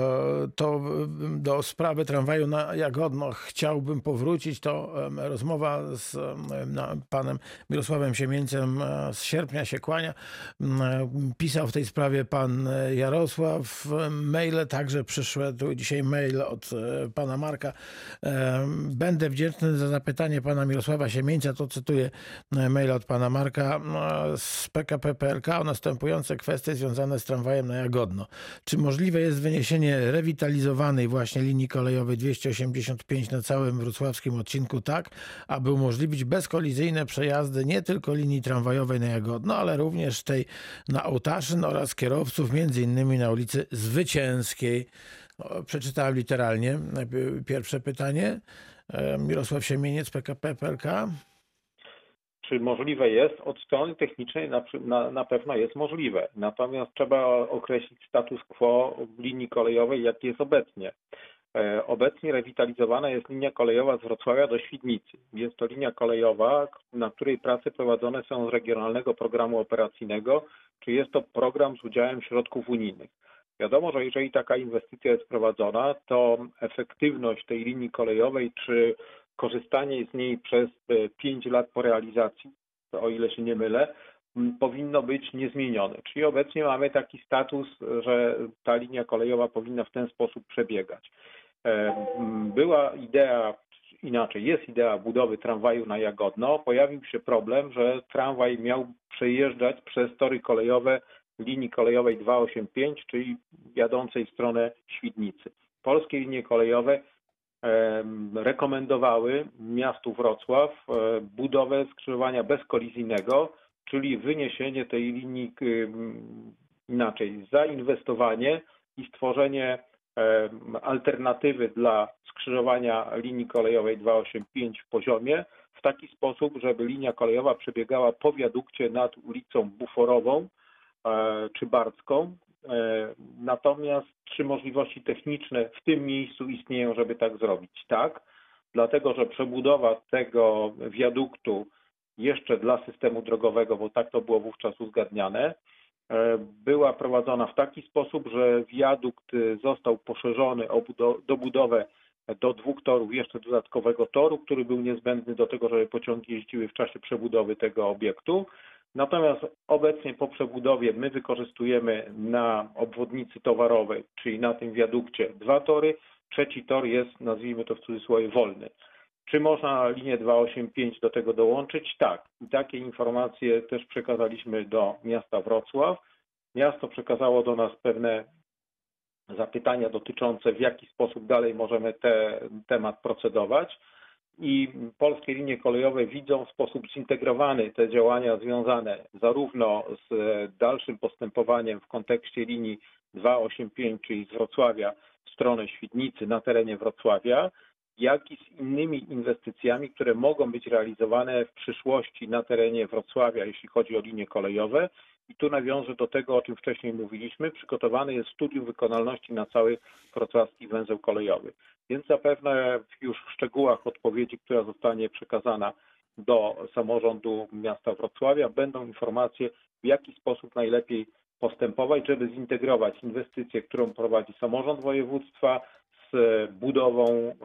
B: do sprawy tramwaju na Jagodno chciałbym powrócić. To rozmowa z panem Mirosławem Siemieńcem z sierpnia się kłania. Pisał w tej sprawie pan Jarosław. Maile także przyszedł dzisiaj mail od pana Marka. Będę wdzięczny za zapytanie pana Mirosława Siemieńca. To cytuję mail od pana Marka z PKP PLK o następujące kwestie związane z tramwajem na Jagodno. Czy możliwe jest wyniesienie rewitalizowanej właśnie linii kolejowej 285 na całym wrocławskim odcinku tak, aby umożliwić bezkolizyjne przejazdy nie tylko linii tramwajowej na Jagodno, ale również tej na Ołtaszyn oraz kierowców między innymi na ulicy Zwycięskiej? Przeczytałem literalnie pierwsze pytanie. Mirosław Siemieniec, PKP PLK.
C: Czy możliwe jest? Od strony technicznej na pewno jest możliwe. Natomiast trzeba określić status quo linii kolejowej, jaki jest obecnie. Obecnie rewitalizowana jest linia kolejowa z Wrocławia do Świdnicy. Jest to linia kolejowa, na której prace prowadzone są z Regionalnego Programu Operacyjnego, czy jest to program z udziałem środków unijnych. Wiadomo, że jeżeli taka inwestycja jest prowadzona, to efektywność tej linii kolejowej, czy korzystanie z niej przez 5 lat po realizacji, o ile się nie mylę, powinno być niezmienione. Czyli obecnie mamy taki status, że ta linia kolejowa powinna w ten sposób przebiegać. Była idea, inaczej jest idea budowy tramwaju na Jagodno. Pojawił się problem, że tramwaj miał przejeżdżać przez tory kolejowe linii kolejowej 285, czyli jadącej w stronę Świdnicy. Polskie linie kolejowe rekomendowały miastu Wrocław budowę skrzyżowania bezkolizyjnego, czyli wyniesienie tej linii, inaczej, zainwestowanie i stworzenie alternatywy dla skrzyżowania linii kolejowej 285 w poziomie w taki sposób, żeby linia kolejowa przebiegała po wiadukcie nad ulicą Buforową czy Barcką. Natomiast czy możliwości techniczne w tym miejscu istnieją, żeby tak zrobić? Tak, dlatego że przebudowa tego wiaduktu jeszcze dla systemu drogowego, bo tak to było wówczas uzgadniane, była prowadzona w taki sposób, że wiadukt został poszerzony o dobudowę do 2 torów, jeszcze dodatkowego toru, który był niezbędny do tego, żeby pociągi jeździły w czasie przebudowy tego obiektu. Natomiast obecnie po przebudowie my wykorzystujemy na obwodnicy towarowej, czyli na tym wiadukcie 2 tory, 3 tor jest, nazwijmy to w cudzysłowie, wolny. Czy można linię 285 do tego dołączyć? Tak. I takie informacje też przekazaliśmy do miasta Wrocław. Miasto przekazało do nas pewne zapytania dotyczące, w jaki sposób dalej możemy ten temat procedować. I polskie linie kolejowe widzą w sposób zintegrowany te działania związane zarówno z dalszym postępowaniem w kontekście linii 285, czyli z Wrocławia w stronę Świdnicy na terenie Wrocławia, jak i z innymi inwestycjami, które mogą być realizowane w przyszłości na terenie Wrocławia, jeśli chodzi o linie kolejowe. I tu nawiążę do tego, o czym wcześniej mówiliśmy. Przygotowane jest studium wykonalności na cały wrocławski węzeł kolejowy. Więc zapewne już w szczegółach odpowiedzi, która zostanie przekazana do samorządu miasta Wrocławia, będą informacje, w jaki sposób najlepiej postępować, żeby zintegrować inwestycję, którą prowadzi samorząd województwa, z budową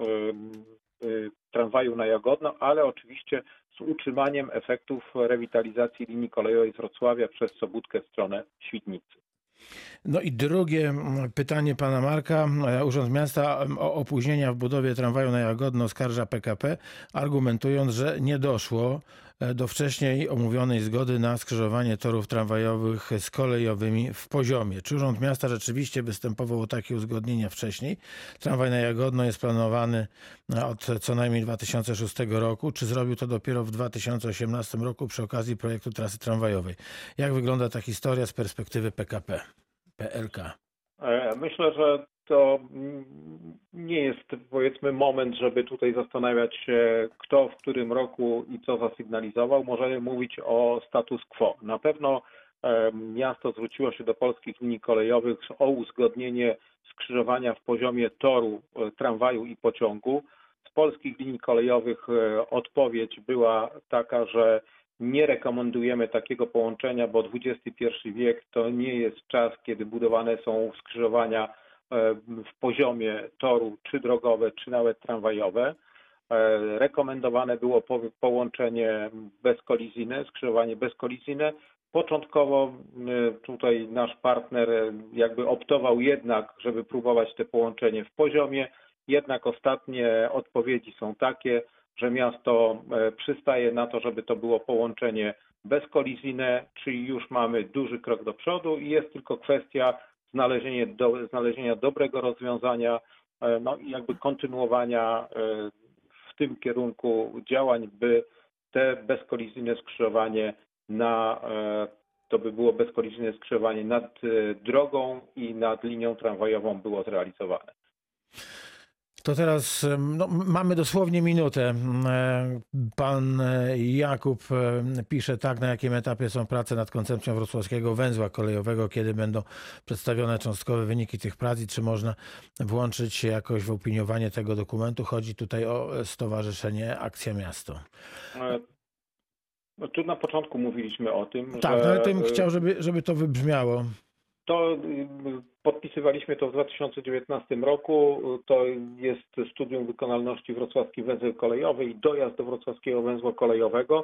C: tramwaju na Jagodno, ale oczywiście z utrzymaniem efektów rewitalizacji linii kolejowej z Wrocławia przez Sobótkę w stronę Świdnicy.
B: No i drugie pytanie pana Marka. Urząd Miasta o opóźnienia w budowie tramwaju na Jagodno oskarża PKP, argumentując, że nie doszło do wcześniej omówionej zgody na skrzyżowanie torów tramwajowych z kolejowymi w poziomie. Czy Urząd Miasta rzeczywiście występował o takie uzgodnienia wcześniej? Tramwaj na Jagodno jest planowany od co najmniej 2006 roku. Czy zrobił to dopiero w 2018 roku przy okazji projektu trasy tramwajowej? Jak wygląda ta historia z perspektywy PKP, PLK?
C: Myślę, że to nie jest, powiedzmy, moment, żeby tutaj zastanawiać się, kto w którym roku i co zasygnalizował. Możemy mówić o status quo. Na pewno miasto zwróciło się do polskich linii kolejowych o uzgodnienie skrzyżowania w poziomie toru, tramwaju i pociągu. Z polskich linii kolejowych odpowiedź była taka, że nie rekomendujemy takiego połączenia, bo XXI wiek to nie jest czas, kiedy budowane są skrzyżowania w poziomie toru, czy drogowe, czy nawet tramwajowe. Rekomendowane było połączenie bezkolizyjne, skrzyżowanie bezkolizyjne. Początkowo tutaj nasz partner jakby optował jednak, żeby próbować te połączenie w poziomie, jednak ostatnie odpowiedzi są takie, że miasto przystaje na to, żeby to było połączenie bezkolizyjne, czyli już mamy duży krok do przodu i jest tylko kwestia znalezienia dobrego rozwiązania, no i jakby kontynuowania w tym kierunku działań, by te bezkolizyjne skrzyżowanie to by było bezkolizyjne skrzyżowanie nad drogą i nad linią tramwajową było zrealizowane.
B: To teraz mamy dosłownie minutę. Pan Jakub pisze tak, na jakim etapie są prace nad koncepcją wrocławskiego węzła kolejowego, kiedy będą przedstawione cząstkowe wyniki tych prac i czy można włączyć się jakoś w opiniowanie tego dokumentu. Chodzi tutaj o Stowarzyszenie Akcja Miasto.
C: No, tu na początku mówiliśmy o tym,
B: tak,
C: że...
B: ale tym chciał, żeby to wybrzmiało.
C: To podpisywaliśmy to w 2019 roku. To jest studium wykonalności wrocławski węzeł kolejowy i dojazd do wrocławskiego węzła kolejowego.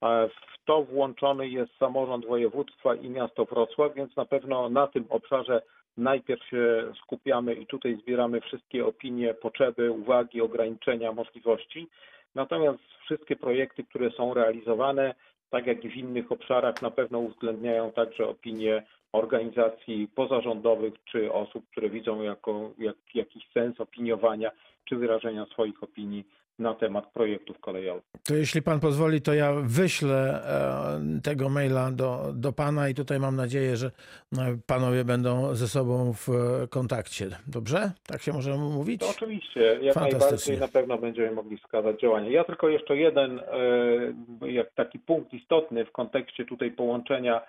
C: W to włączony jest samorząd województwa i miasto Wrocław, więc na pewno na tym obszarze najpierw się skupiamy i tutaj zbieramy wszystkie opinie, potrzeby, uwagi, ograniczenia, możliwości. Natomiast wszystkie projekty, które są realizowane, tak jak i w innych obszarach, na pewno uwzględniają także opinie organizacji pozarządowych czy osób, które widzą jakiś sens opiniowania czy wyrażenia swoich opinii na temat projektów kolejowych.
B: To jeśli pan pozwoli, to ja wyślę tego maila do pana i tutaj mam nadzieję, że panowie będą ze sobą w kontakcie. Dobrze? Tak się możemy mówić?
C: To oczywiście, jak najbardziej na pewno będziemy mogli wskazać działania. Ja tylko jeszcze jeden jak taki punkt istotny w kontekście tutaj połączenia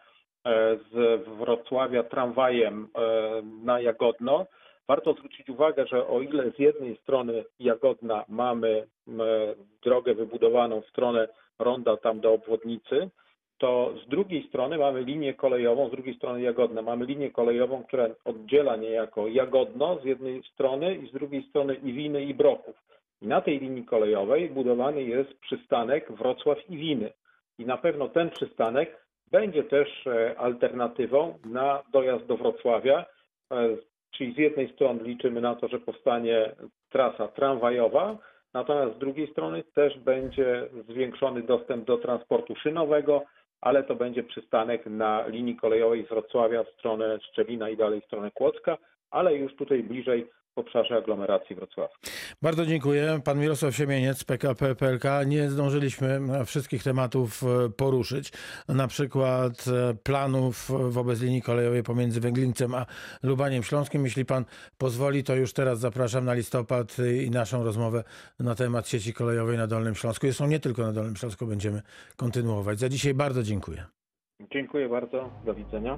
C: z Wrocławia tramwajem na Jagodno. Warto zwrócić uwagę, że o ile z jednej strony Jagodna mamy drogę wybudowaną w stronę ronda tam do obwodnicy, to z drugiej strony mamy linię kolejową, z drugiej strony Jagodna. Mamy linię kolejową, która oddziela niejako Jagodno z jednej strony i z drugiej strony Iwiny i Brochów. I na tej linii kolejowej budowany jest przystanek Wrocław-Iwiny. I na pewno ten przystanek będzie też alternatywą na dojazd do Wrocławia. Czyli z jednej strony liczymy na to, że powstanie trasa tramwajowa, natomiast z drugiej strony też będzie zwiększony dostęp do transportu szynowego, ale to będzie przystanek na linii kolejowej z Wrocławia w stronę Szczelina i dalej w stronę Kłodzka, ale już tutaj bliżej w obszarze aglomeracji wrocławskiej.
B: Bardzo dziękuję. Pan Mirosław Siemieniec, PKP PLK. Nie zdążyliśmy wszystkich tematów poruszyć. Na przykład planów wobec linii kolejowej pomiędzy Węglińcem a Lubaniem Śląskim. Jeśli pan pozwoli, to już teraz zapraszam na listopad i naszą rozmowę na temat sieci kolejowej na Dolnym Śląsku. Zresztą nie tylko na Dolnym Śląsku będziemy kontynuować. Za dzisiaj bardzo dziękuję.
C: Dziękuję bardzo. Do widzenia.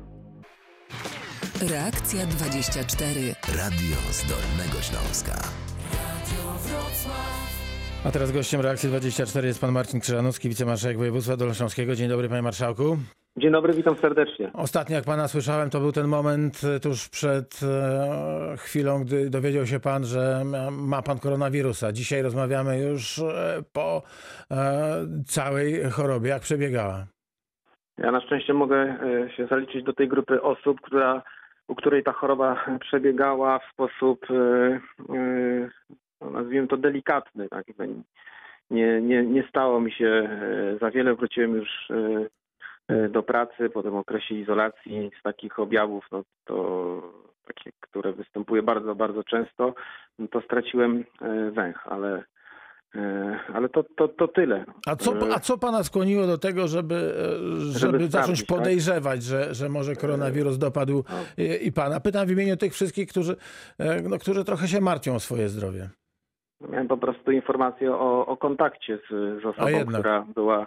A: Reakcja 24. Radio z Dolnego Śląska. Radio
B: Wrocław. A teraz gościem Reakcji 24 jest pan Marcin Krzyżanowski, wicemarszałek województwa dolnośląskiego. Dzień dobry, panie marszałku.
J: Dzień dobry, witam serdecznie.
B: Ostatnio jak pana słyszałem, to był ten moment tuż przed chwilą, gdy dowiedział się pan, że ma pan koronawirusa. Dzisiaj rozmawiamy już po całej chorobie. Jak przebiegała?
J: Ja na szczęście mogę się zaliczyć do tej grupy osób, u której ta choroba przebiegała w sposób, nazwijmy to, delikatny. Tak? Nie stało mi się za wiele, wróciłem już do pracy po tym okresie izolacji. Z takich objawów, no to takie, które występuje bardzo, bardzo często, no to straciłem węch, ale to tyle.
B: A co pana skłoniło do tego, żeby zacząć podejrzewać, tak? że może koronawirus dopadł i pana? Pytam w imieniu tych wszystkich, którzy trochę się martwią o swoje zdrowie.
J: Miałem po prostu informację o kontakcie z osobą, która była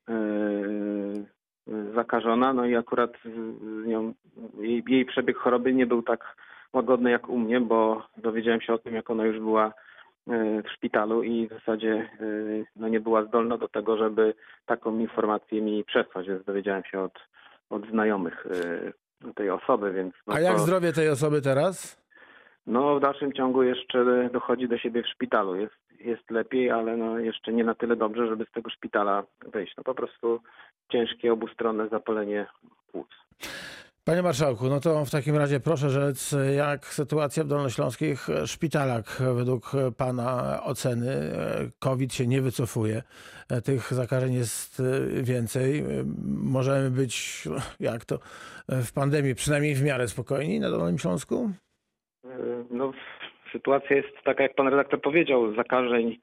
J: zakażona, no i akurat z nią, jej przebieg choroby nie był tak łagodny jak u mnie, bo dowiedziałem się o tym, jak ona już była w szpitalu i w zasadzie no, nie była zdolna do tego, żeby taką informację mi przesłać, więc dowiedziałem się od znajomych tej osoby, więc... No
B: a jak zdrowie tej osoby teraz?
J: No w dalszym ciągu jeszcze dochodzi do siebie w szpitalu. Jest lepiej, ale no jeszcze nie na tyle dobrze, żeby z tego szpitala wyjść. No po prostu ciężkie obustronne zapalenie płuc.
B: Panie marszałku, no to w takim razie proszę rzec, jak sytuacja w dolnośląskich szpitalach według pana oceny? COVID się nie wycofuje, tych zakażeń jest więcej. Możemy być, jak to w pandemii, przynajmniej w miarę spokojni na Dolnym Śląsku?
J: No, sytuacja jest taka, jak pan redaktor powiedział, zakażeń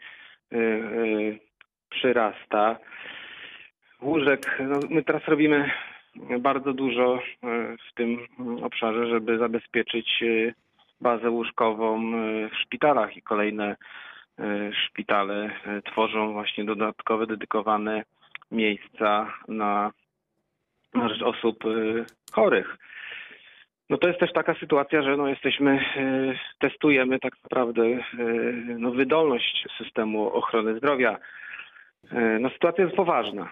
J: przyrasta. Łóżek, no, my teraz robimy bardzo dużo w tym obszarze, żeby zabezpieczyć bazę łóżkową w szpitalach i kolejne szpitale tworzą właśnie dodatkowe, dedykowane miejsca na rzecz osób chorych. No to jest też taka sytuacja, że testujemy tak naprawdę wydolność systemu ochrony zdrowia. No sytuacja jest poważna.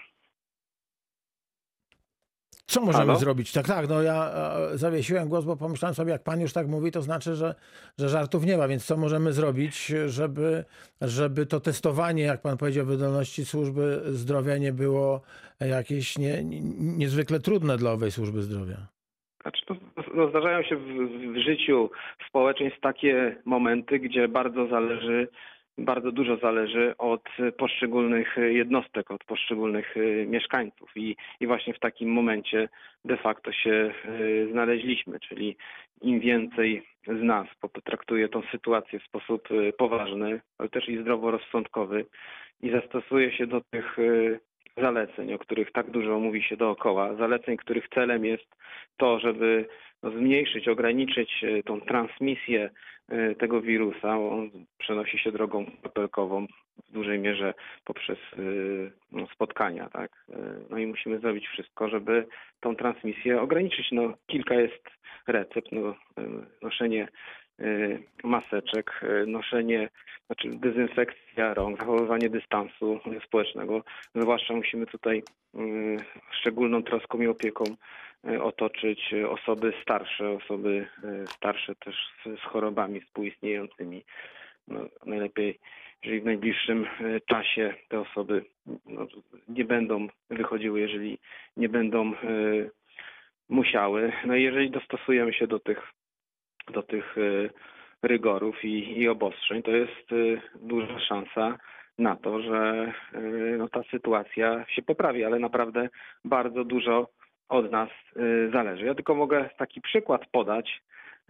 B: Co możemy zrobić? Tak, no ja zawiesiłem głos, bo pomyślałem sobie, jak pan już tak mówi, to znaczy, że żartów nie ma, więc co możemy zrobić, żeby to testowanie, jak pan powiedział, wydolności służby zdrowia nie było jakieś niezwykle trudne dla owej służby zdrowia?
J: Znaczy, zdarzają się w życiu społeczeństw takie momenty, gdzie bardzo dużo zależy od poszczególnych jednostek, od poszczególnych mieszkańców i właśnie w takim momencie de facto się znaleźliśmy, czyli im więcej z nas potraktuje tą sytuację w sposób poważny, ale też i zdroworozsądkowy i zastosuje się do tych zaleceń, o których tak dużo mówi się dookoła, zaleceń, których celem jest to, żeby zmniejszyć, ograniczyć tą transmisję tego wirusa. On przenosi się drogą kropelkową w dużej mierze poprzez spotkania, tak? No i musimy zrobić wszystko, żeby tą transmisję ograniczyć. No, kilka jest recept, noszenie maseczek, dezynfekcja rąk, zachowywanie dystansu społecznego. Zwłaszcza musimy tutaj szczególną troską i opieką otoczyć osoby starsze też z chorobami współistniejącymi. No, najlepiej, jeżeli w najbliższym czasie te osoby nie będą wychodziły, jeżeli nie będą musiały. No i jeżeli dostosujemy się do tych rygorów i obostrzeń, to jest duża szansa na to, że ta sytuacja się poprawi, ale naprawdę bardzo dużo od nas zależy. Ja tylko mogę taki przykład podać,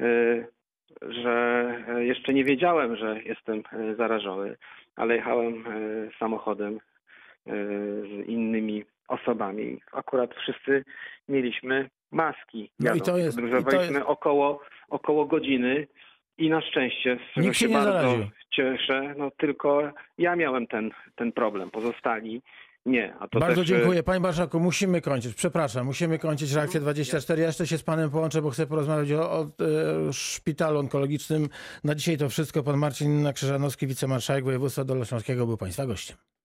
J: że jeszcze nie wiedziałem, że jestem zarażony, ale jechałem samochodem z innymi osobami. Akurat wszyscy mieliśmy maski. Podróżowaliśmy około godziny i na szczęście, z czego się bardzo cieszę, tylko ja miałem ten problem. Pozostali nie. A to
B: bardzo
J: też...
B: dziękuję. Panie marszałku, musimy kończyć. Przepraszam, musimy kończyć Reakcję 24. Ja jeszcze się z panem połączę, bo chcę porozmawiać o szpitalu onkologicznym. Na dzisiaj to wszystko. Pan Marcin Krzyżanowski, wicemarszałek województwa dolnośląskiego, był państwa gościem.